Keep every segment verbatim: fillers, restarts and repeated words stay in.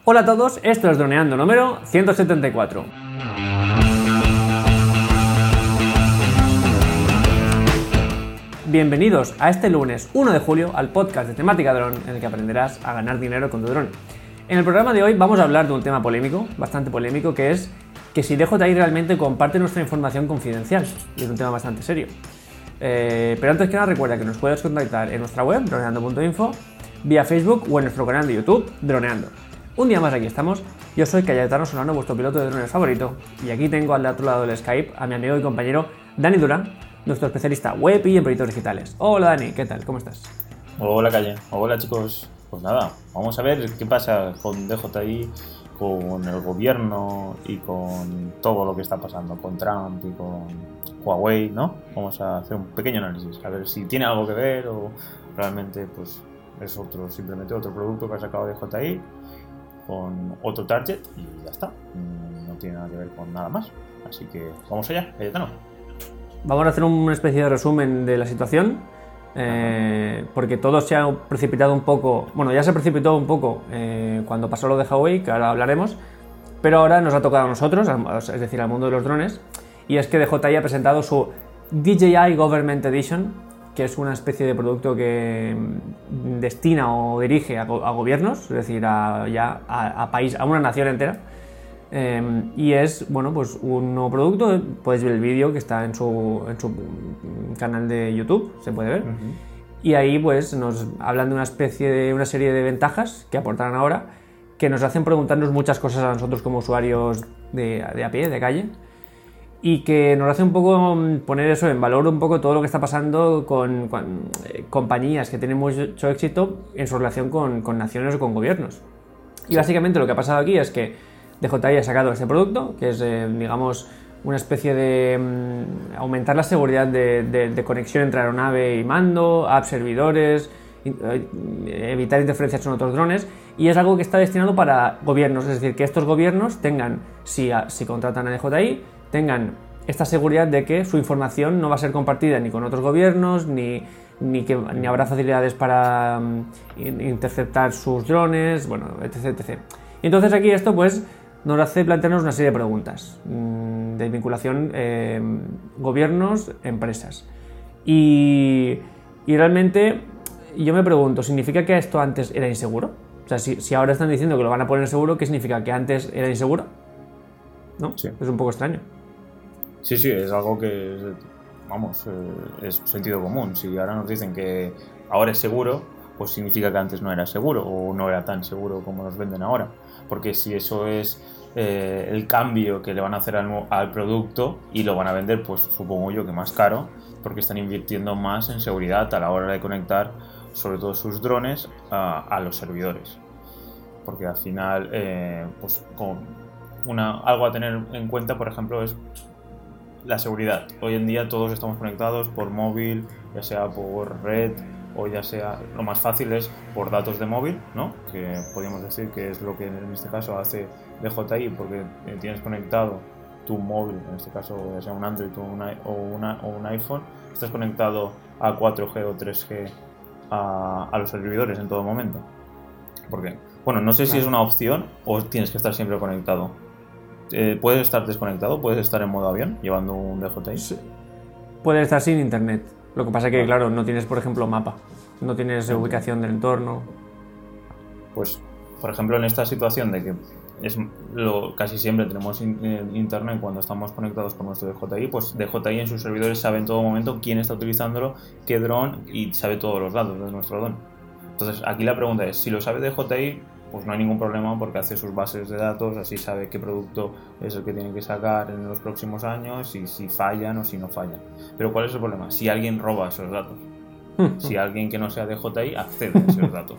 Hola a todos, esto es Droneando número ciento setenta y cuatro. Bienvenidos a este lunes uno de julio al podcast de temática dron en el que aprenderás a ganar dinero con tu dron. En el programa de hoy vamos a hablar de un tema polémico, bastante polémico, que es que si D J I realmente comparte nuestra información confidencial. Y es un tema bastante serio. Eh, pero antes que nada recuerda que nos puedes contactar en nuestra web, droneando punto info, vía Facebook o en nuestro canal de YouTube, Droneando. Un día más aquí estamos, yo soy Cayetano Solano, vuestro piloto de drones favorito, y aquí tengo al otro lado del Skype a mi amigo y compañero Dani Durán, nuestro especialista web y en proyectos digitales. Hola Dani, ¿qué tal? ¿Cómo estás? Hola Calle, hola chicos. Pues nada, vamos a ver qué pasa con D J I, con el gobierno y con todo lo que está pasando, con Trump y con Huawei, ¿no? Vamos a hacer un pequeño análisis, a ver si tiene algo que ver o realmente pues es otro, simplemente otro producto que ha sacado D J I con otro target y ya está, no tiene nada que ver con nada más. Así que vamos allá, Cayetano. Vamos a hacer una especie de resumen de la situación, eh, porque todo se ha precipitado un poco, bueno, ya se precipitó un poco eh, cuando pasó lo de Huawei, que ahora hablaremos, pero ahora nos ha tocado a nosotros, es decir, al mundo de los drones, y es que D J I ha presentado su D J I Government Edition, que es una especie de producto que destina o dirige a, go- a gobiernos, es decir, a, ya a, a país, a una nación entera. Eh, y es, bueno, pues un nuevo producto. Podéis ver el vídeo que está en su, en su canal de YouTube, se puede ver. Uh-huh. Y ahí pues nos hablan de una especie de una serie de ventajas que aportarán ahora, que nos hacen preguntarnos muchas cosas a nosotros como usuarios de, de a pie, de calle, y que nos hace un poco poner eso en valor, un poco todo lo que está pasando con, con eh, compañías que tienen mucho éxito en su relación con, con naciones o con gobiernos. Y sí. Básicamente lo que ha pasado aquí es que D J I ha sacado este producto, que es, eh, digamos, una especie de um, aumentar la seguridad de, de, de conexión entre aeronave y mando, apps, servidores, evitar interferencias con otros drones, y es algo que está destinado para gobiernos, es decir, que estos gobiernos tengan, si, si contratan a D J I, tengan esta seguridad de que su información no va a ser compartida ni con otros gobiernos, ni, ni, que, ni habrá facilidades para um, interceptar sus drones, bueno, etc, etcétera. Y entonces aquí esto pues nos hace plantearnos una serie de preguntas mmm, de vinculación eh, gobiernos, empresas. Y, y realmente yo me pregunto, ¿significa que esto antes era inseguro? O sea, si, si ahora están diciendo que lo van a poner seguro, ¿qué significa? ¿Que antes era inseguro? ¿No? Sí. Es un poco extraño. Sí, sí, es algo que, es, vamos, eh, es sentido común. Si ahora nos dicen que ahora es seguro, pues significa que antes no era seguro o no era tan seguro como nos venden ahora. Porque si eso es eh, el cambio que le van a hacer al, al producto y lo van a vender, pues supongo yo que más caro, porque están invirtiendo más en seguridad a la hora de conectar sobre todo sus drones a, a los servidores. Porque al final, eh, pues con una, algo a tener en cuenta, por ejemplo, es la seguridad. Hoy en día todos estamos conectados por móvil, ya sea por red o ya sea, lo más fácil es por datos de móvil, ¿no? Que podríamos decir que es lo que en este caso hace D J I, porque tienes conectado tu móvil, en este caso ya sea un Android o, una, o, una, o un iPhone, estás conectado a cuatro G o tres G a, a los servidores en todo momento. ¿Por qué? Bueno, no sé claro. si es una opción o tienes que estar siempre conectado. Eh, ¿Puedes estar desconectado? ¿Puedes estar en modo avión llevando un D J I? Sí. Puedes estar sin internet. Lo que pasa es que, claro, no tienes, por ejemplo, mapa. No tienes ubicación del entorno. Pues, por ejemplo, en esta situación de que es lo, casi siempre tenemos in, internet cuando estamos conectados con nuestro D J I, pues D J I en sus servidores sabe en todo momento quién está utilizándolo, qué dron, y sabe todos los datos de nuestro dron. Entonces, aquí la pregunta es, si lo sabe D J I, pues no hay ningún problema porque hace sus bases de datos, así sabe qué producto es el que tiene que sacar en los próximos años y si fallan o si no fallan. Pero ¿cuál es el problema? Si alguien roba esos datos, si alguien que no sea D J I accede a esos datos.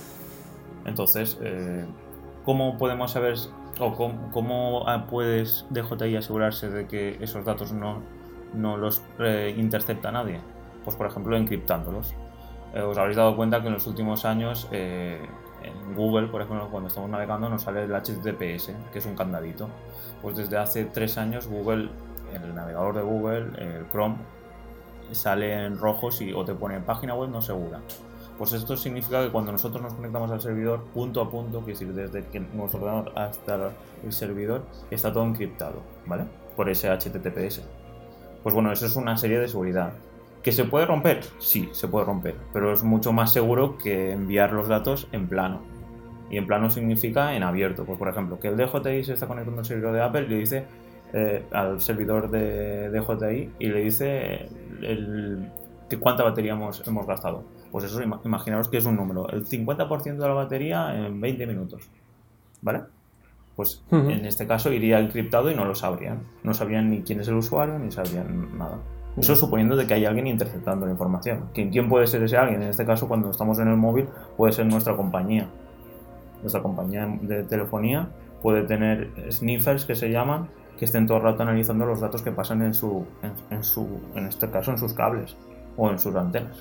Entonces, eh, ¿cómo podemos saber o cómo, cómo puedes D J I asegurarse de que esos datos no, no los eh, intercepta nadie? Pues por ejemplo encriptándolos. Eh, os habréis dado cuenta que en los últimos años eh, en Google, por ejemplo, cuando estamos navegando nos sale el H T T P S, que es un candadito. Pues desde hace tres años Google, el navegador de Google, el Chrome, sale en rojo si o te pone página web no segura Pues esto significa que cuando nosotros nos conectamos al servidor, punto a punto, que es decir, desde que nuestro ordenador hasta el servidor, está todo encriptado, ¿vale? Por ese H T T P S. Pues bueno, eso es una serie de seguridad. ¿Que se puede romper? Sí, se puede romper, pero es mucho más seguro que enviar los datos en plano. Y en plano significa en abierto. Pues por ejemplo, que el D J I se está conectando al servidor de Apple y le dice eh, al servidor de D J I y le dice el, que cuánta batería hemos, hemos gastado. Pues eso, imaginaros que es un número, el cincuenta por ciento de la batería en veinte minutos, ¿vale? Pues uh-huh. En este caso iría encriptado y no lo sabrían. No sabrían ni quién es el usuario ni sabrían nada. Uh-huh. Eso suponiendo de que hay alguien interceptando la información. ¿Quién, ¿Quién puede ser ese alguien? En este caso, cuando estamos en el móvil, puede ser nuestra compañía. Nuestra compañía de telefonía puede tener sniffers que se llaman, que estén todo el rato analizando los datos que pasan en su, en, en su, en este caso, en sus cables o en sus antenas.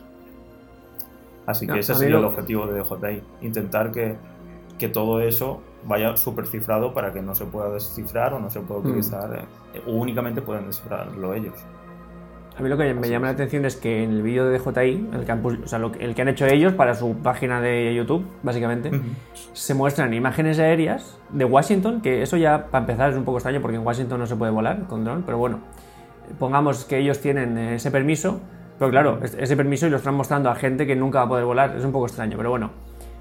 Así que no, ese sería lo... el objetivo de D J I, intentar que, que todo eso vaya súper cifrado para que no se pueda descifrar o no se pueda utilizar, mm. eh, o únicamente pueden descifrarlo ellos. A mí lo que Así me llama es. la atención es que en el vídeo de D J I, el que han, o sea, lo que, el que han hecho ellos para su página de YouTube, básicamente, uh-huh. se muestran imágenes aéreas de Washington, que eso ya, para empezar, es un poco extraño porque en Washington no se puede volar con dron, pero bueno, pongamos que ellos tienen ese permiso. Pero claro, ese permiso y lo están mostrando a gente que nunca va a poder volar, es un poco extraño, pero bueno.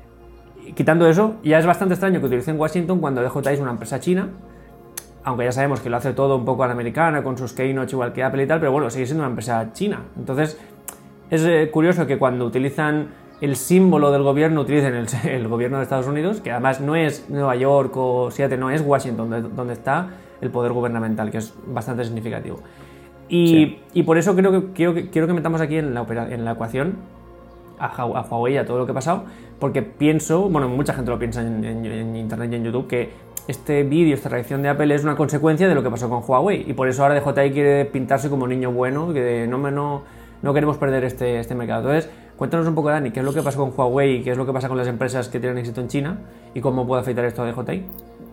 Quitando eso, ya es bastante extraño que utilicen Washington cuando D J I es una empresa china, aunque ya sabemos que lo hace todo un poco a la americana, con sus keynotes igual que Apple y tal, pero bueno, sigue siendo una empresa china. Entonces, es eh, curioso que cuando utilizan el símbolo del gobierno, utilicen el, el gobierno de Estados Unidos, que además no es Nueva York o Seattle, no, es Washington, donde, donde está el poder gubernamental, que es bastante significativo. Y, sí. y por eso creo que quiero, que quiero que metamos aquí en la, opera, en la ecuación a, a Huawei y a todo lo que ha pasado, porque pienso, bueno, mucha gente lo piensa en, en, en internet y en YouTube, que este vídeo, esta reacción de Apple es una consecuencia de lo que pasó con Huawei, y por eso ahora D J I quiere pintarse como niño bueno, que no, no, no queremos perder este, este mercado. Entonces, cuéntanos un poco, Dani, qué es lo que pasó con Huawei, qué es lo que pasa con las empresas que tienen éxito en China y cómo puede afectar esto a D J I.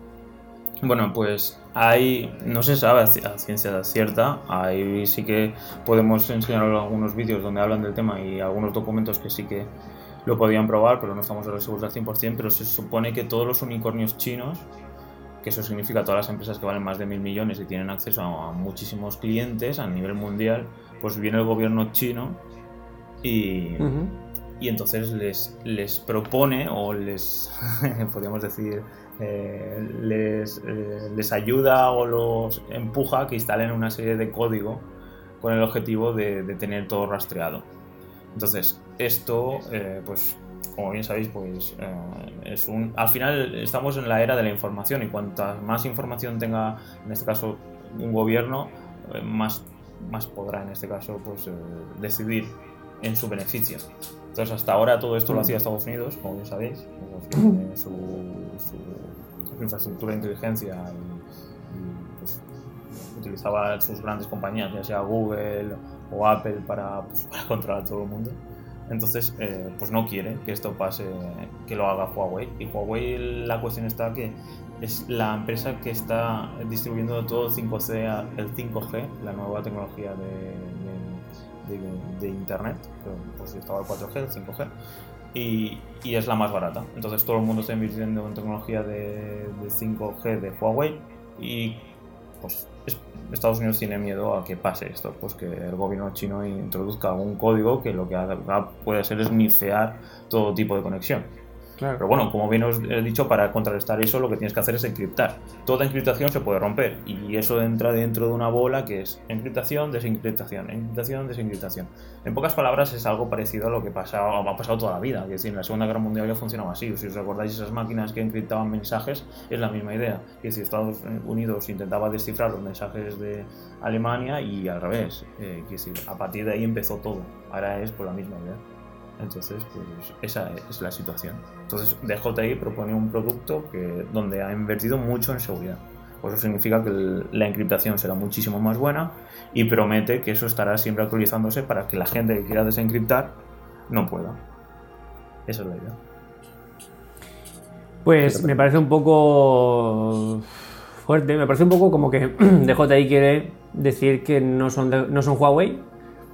Bueno, pues hay, no se sabe a ciencia cierta, ahí sí que podemos enseñar algunos vídeos donde hablan del tema y algunos documentos que sí que lo podían probar, pero no estamos seguros al cien por ciento, pero se supone que todos los unicornios chinos, que eso significa todas las empresas que valen más de mil millones y tienen acceso a, a muchísimos clientes a nivel mundial, pues viene el gobierno chino y, uh-huh. y entonces les, les propone o les, podríamos decir... Eh, les, eh, les ayuda o los empuja a que instalen una serie de código con el objetivo de, de tener todo rastreado. Entonces, esto, eh, pues, como bien sabéis, pues eh, es un. Al final estamos en la era de la información y cuanta más información tenga, en este caso, un gobierno, eh, más, más podrá, en este caso, pues, eh, decidir en su beneficio. Entonces, hasta ahora todo esto lo hacía Estados Unidos, como bien sabéis, tiene su, su, su infraestructura de inteligencia y, y pues, utilizaba sus grandes compañías, ya sea Google o Apple, para, pues, para controlar a todo el mundo. Entonces, eh, pues no quiere que esto pase, que lo haga Huawei. Y Huawei, la cuestión está que es la empresa que está distribuyendo todo el cinco G, el cinco G, la nueva tecnología de, de, de, de Internet. Pues estaba el cuatro G, el cinco G, y, y es la más barata. Entonces todo el mundo está invirtiendo en tecnología de, de cinco G de Huawei y pues es, Estados Unidos tiene miedo a que pase esto, pues que el gobierno chino introduzca algún código que lo que haga puede ser es nifear todo tipo de conexión. Claro. Pero bueno, como bien os he dicho, para contrarrestar eso lo que tienes que hacer es encriptar. Toda encriptación se puede romper y eso entra dentro de una bola que es encriptación, desencriptación, encriptación, desencriptación. En pocas palabras es algo parecido a lo que pasaba, ha pasado toda la vida. Es decir, en la Segunda Guerra Mundial ya funcionaba así. Si os acordáis, esas máquinas que encriptaban mensajes, es la misma idea. Es decir, Estados Unidos intentaba descifrar los mensajes de Alemania y al revés. Eh, es decir, a partir de ahí empezó todo. Ahora es por la misma idea. Entonces, pues esa es la situación. Entonces, D J I propone un producto que, donde ha invertido mucho en seguridad. Pues eso significa que el, la encriptación será muchísimo más buena y promete que eso estará siempre actualizándose para que la gente que quiera desencriptar no pueda. Esa es la idea. Pues me parece un poco fuerte, me parece un poco como que D J I quiere decir que no son, de, no son Huawei,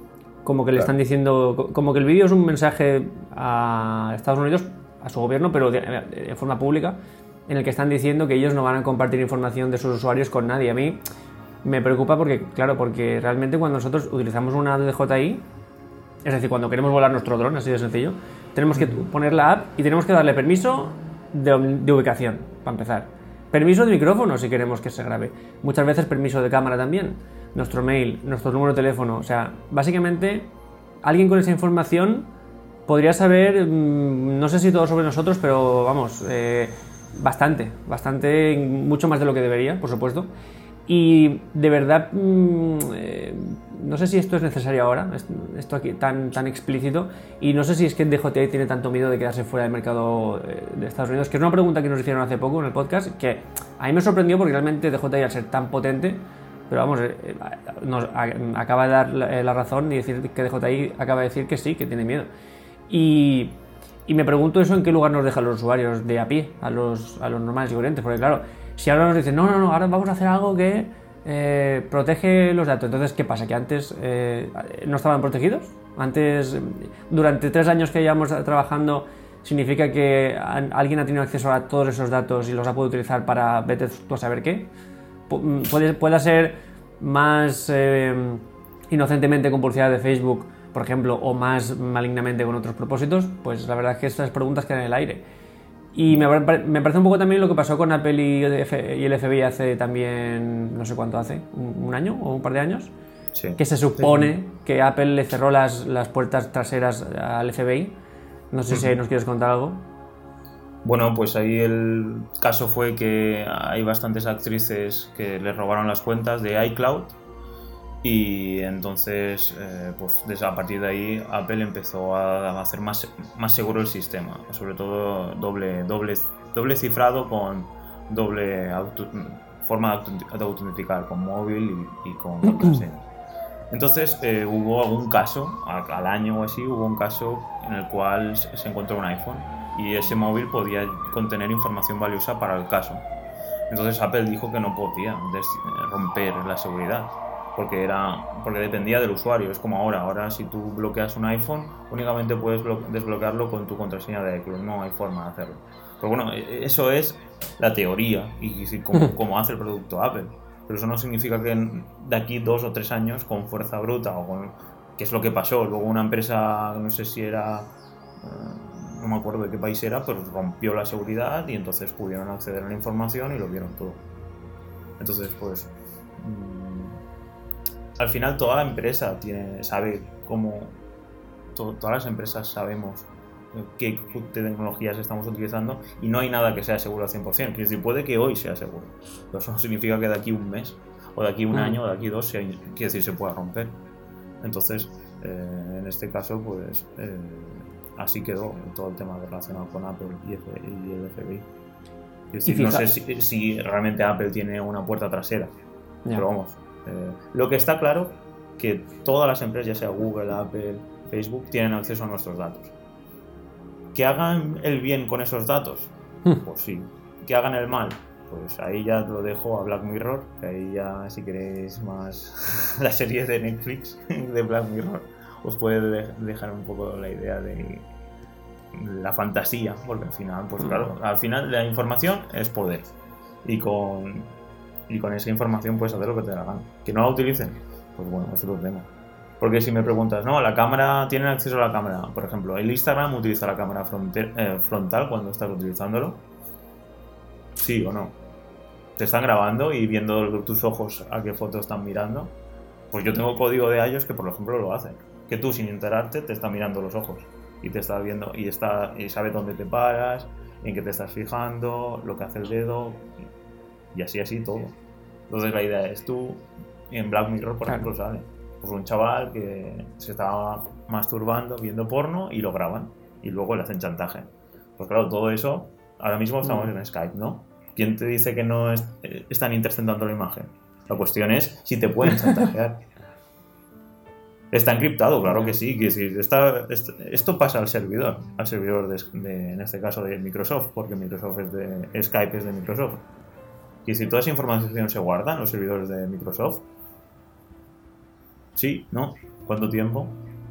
como que le Claro. están diciendo, como que el vídeo es un mensaje a Estados Unidos, a su gobierno, pero de, de forma pública, en el que están diciendo que ellos no van a compartir información de sus usuarios con nadie. A mí me preocupa porque, claro, porque realmente cuando nosotros utilizamos una D J I, es decir, cuando queremos volar nuestro dron, así de sencillo, tenemos que poner la app y tenemos que darle permiso de, de ubicación, para empezar. Permiso de micrófono si queremos que se grabe. Muchas veces permiso de cámara también. Nuestro mail, nuestro número de teléfono. O sea, básicamente, alguien con esa información podría saber, mmm, no sé si todo sobre nosotros, pero vamos, eh, bastante, bastante, mucho más de lo que debería, por supuesto. Y de verdad, mmm, eh, no sé si esto es necesario ahora, esto aquí tan, tan explícito, y no sé si es que D J I tiene tanto miedo de quedarse fuera del mercado de Estados Unidos, que es una pregunta que nos hicieron hace poco en el podcast, que a mí me sorprendió porque realmente D J I, al ser tan potente, pero vamos, eh, nos a, acaba de dar la, la razón y decir que D J I acaba de decir que sí, que tiene miedo. Y, y me pregunto eso en qué lugar nos dejan los usuarios de a pie, a los, a los normales y corrientes, porque claro, si ahora nos dicen, no, no, no, ahora vamos a hacer algo que eh, protege los datos, entonces, ¿qué pasa? ¿Que antes eh, no estaban protegidos? Antes, durante tres años que llevamos trabajando, significa que alguien ha tenido acceso a todos esos datos y los ha podido utilizar para vete tú a saber qué. Puede, puede ser más eh, inocentemente con publicidad de Facebook, por ejemplo, o más malignamente con otros propósitos. Pues la verdad es que estas preguntas quedan en el aire. Y me, me parece un poco también lo que pasó con Apple y, y el F B I hace también, no sé cuánto hace, un, un año o un par de años, sí. Que se supone sí. que Apple le cerró las, las puertas traseras al F B I. No sé uh-huh. si nos quieres contar algo. Bueno, pues ahí el caso fue que hay bastantes actrices que les robaron las cuentas de iCloud y entonces eh, pues desde a partir de ahí Apple empezó a hacer más, más seguro el sistema, sobre todo doble, doble, doble cifrado con doble auto, forma de autentificar con móvil y, y con contraseña. Entonces eh, hubo algún caso, al año o así, hubo un caso en el cual se encontró un iPhone y ese móvil podía contener información valiosa para el caso. Entonces Apple dijo que no podía des- romper la seguridad porque, era, porque dependía del usuario. Es como ahora, ahora si tú bloqueas un iPhone únicamente puedes blo- desbloquearlo con tu contraseña de iCloud, no hay forma de hacerlo. Pero bueno, eso es la teoría y, y como, como hace el producto Apple. Pero eso no significa que de aquí dos o tres años con fuerza bruta o con, que es lo que pasó. Luego una empresa, no sé si era, no me acuerdo de qué país era, pero rompió la seguridad y entonces pudieron acceder a la información y lo vieron todo. Entonces, pues, mmm, al final toda la empresa tiene, sabe cómo, to, todas las empresas sabemos qué tecnologías estamos utilizando y no hay nada que sea seguro al cien por ciento. Es decir, puede que hoy sea seguro, pero eso no significa que de aquí un mes o de aquí un mm. año o de aquí dos sea, quiere decir, se pueda romper. Entonces, eh, en este caso, pues eh, así quedó todo el tema relacionado con Apple y, F, y el F B I. Es decir, no sé si, si realmente Apple tiene una puerta trasera, yeah. pero vamos. Eh, lo que está claro que todas las empresas, ya sea Google, Apple, Facebook, tienen acceso a nuestros datos. ¿Que hagan el bien con esos datos? Pues sí. ¿Que hagan el mal? Pues ahí ya lo dejo a Black Mirror, que ahí ya, si queréis más la serie de Netflix de Black Mirror, os puede dejar un poco la idea de la fantasía, porque al final, pues claro, al final la información es poder. Y con, y con esa información puedes hacer lo que te da la gana. ¿Que no la utilicen? Pues bueno, es otro tema. Porque si me preguntas, no, la cámara, tienen acceso a la cámara. Por ejemplo, el Instagram utiliza la cámara fronter, eh, frontal cuando estás utilizándolo. ¿Sí o no? Te están grabando y viendo tus ojos a qué foto están mirando. Pues yo tengo código de iOS que, por ejemplo, lo hace. Que tú, sin enterarte, te está mirando los ojos. Y te está viendo, y, está, y sabe dónde te paras, en qué te estás fijando, lo que hace el dedo. Y así, así, todo. Entonces la idea es tú, en Black Mirror, por ejemplo, sale. Pues un chaval que se estaba masturbando viendo porno y lo graban y luego le hacen chantaje. Pues claro, todo eso, ahora mismo estamos mm. en Skype, ¿no? ¿Quién te dice que no es, eh, están interceptando la imagen? La cuestión es si te pueden chantajear. Está encriptado, claro que sí. Que decir, está, esto, esto pasa al servidor, al servidor de, de, en este caso de Microsoft, porque Microsoft es de, Skype es de Microsoft. Y si toda esa información se guarda en los servidores de Microsoft, sí, ¿no? ¿Cuánto tiempo?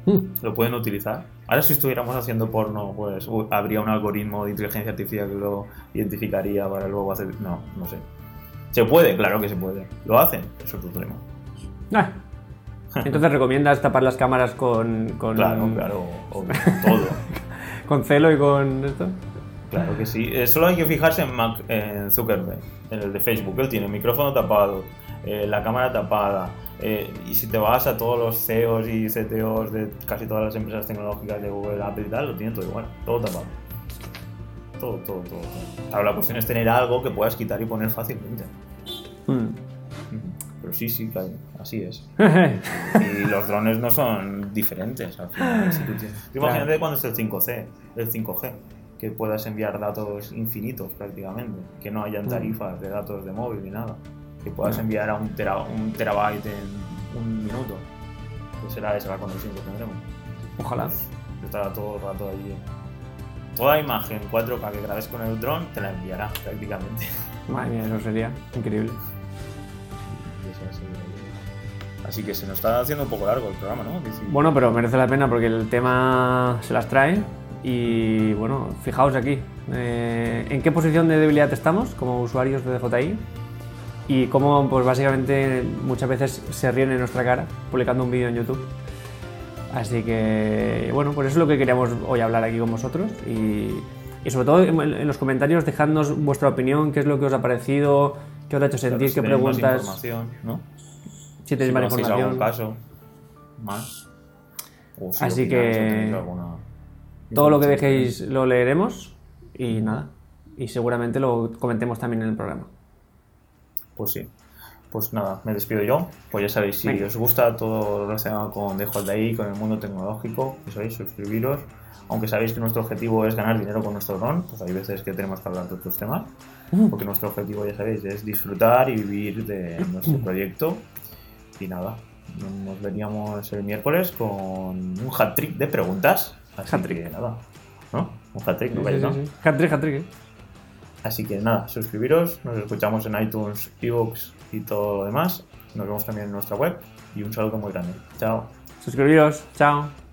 lo pueden utilizar. Ahora si estuviéramos haciendo porno, pues uh, habría un algoritmo de inteligencia artificial que lo identificaría para luego hacer... No, no sé. ¿Se puede? Claro que se puede. ¿Lo hacen? Eso es otro tema. Ah. Entonces recomiendas tapar las cámaras con... con... Claro, claro, o, o todo. ¿Con celo y con esto? Claro que sí. Eh, solo hay que fijarse en, Mac, en Zuckerberg, en el de Facebook. Él tiene el micrófono tapado, eh, la cámara tapada. Eh, y si te vas a todos los C E Os y C T Os de casi todas las empresas tecnológicas de Google, Apple y tal, lo tienen todo igual, todo tapado. Todo, todo, todo. todo. Ahora la cuestión es tener algo que puedas quitar y poner fácilmente. Mm. Pero sí, sí, claro, así es. Y los drones no son diferentes al final. Si tú tienes... Imagínate claro. Cuando es el cinco C, el cinco G, que puedas enviar datos infinitos prácticamente, que no hayan tarifas de datos de móvil ni nada, que puedas enviar a un, tera, un terabyte en un minuto. Que será esa la conexión que tendremos. Ojalá. Pues, estará todo el rato allí. Toda imagen cuatro K que grabes con el dron te la enviará prácticamente. Madre mía, eso sería increíble. Así que se nos está haciendo un poco largo el programa, ¿no? Sí. Bueno, pero merece la pena porque el tema se las trae. Y bueno, fijaos aquí, eh, en qué posición de debilidad estamos como usuarios de D J I y cómo pues básicamente muchas veces se ríen en nuestra cara publicando un vídeo en YouTube. Así que bueno, pues eso es lo que queríamos hoy hablar aquí con vosotros y, y sobre todo en, en los comentarios dejadnos vuestra opinión, qué es lo que os ha parecido, qué os ha hecho sentir, claro, si qué preguntas... Más información, ¿no? Si tenéis si más información. algún caso más. O si así que todo lo que dejéis lo leeremos y nada. Y seguramente lo comentemos también en el programa. Pues sí. Pues nada, me despido yo. Pues ya sabéis, si Venga. os gusta todo lo relacionado con D J I, con el mundo tecnológico, ya sabéis, suscribiros. Aunque sabéis que nuestro objetivo es ganar dinero con nuestro dron, pues hay veces que tenemos que hablar de otros temas. Porque nuestro objetivo, ya sabéis, es disfrutar y vivir de nuestro proyecto. Y nada, nos veríamos el miércoles con un hat-trick de preguntas. Así hat-trick. Que nada, ¿no? Un hat-trick, ¿no? Sí, sí, ¿no? sí. Hat-trick, hat-trick. ¿eh? Así que nada, suscribiros, nos escuchamos en iTunes, iVoox y todo lo demás. Nos vemos también en nuestra web y un saludo muy grande. Chao. Suscribiros, chao.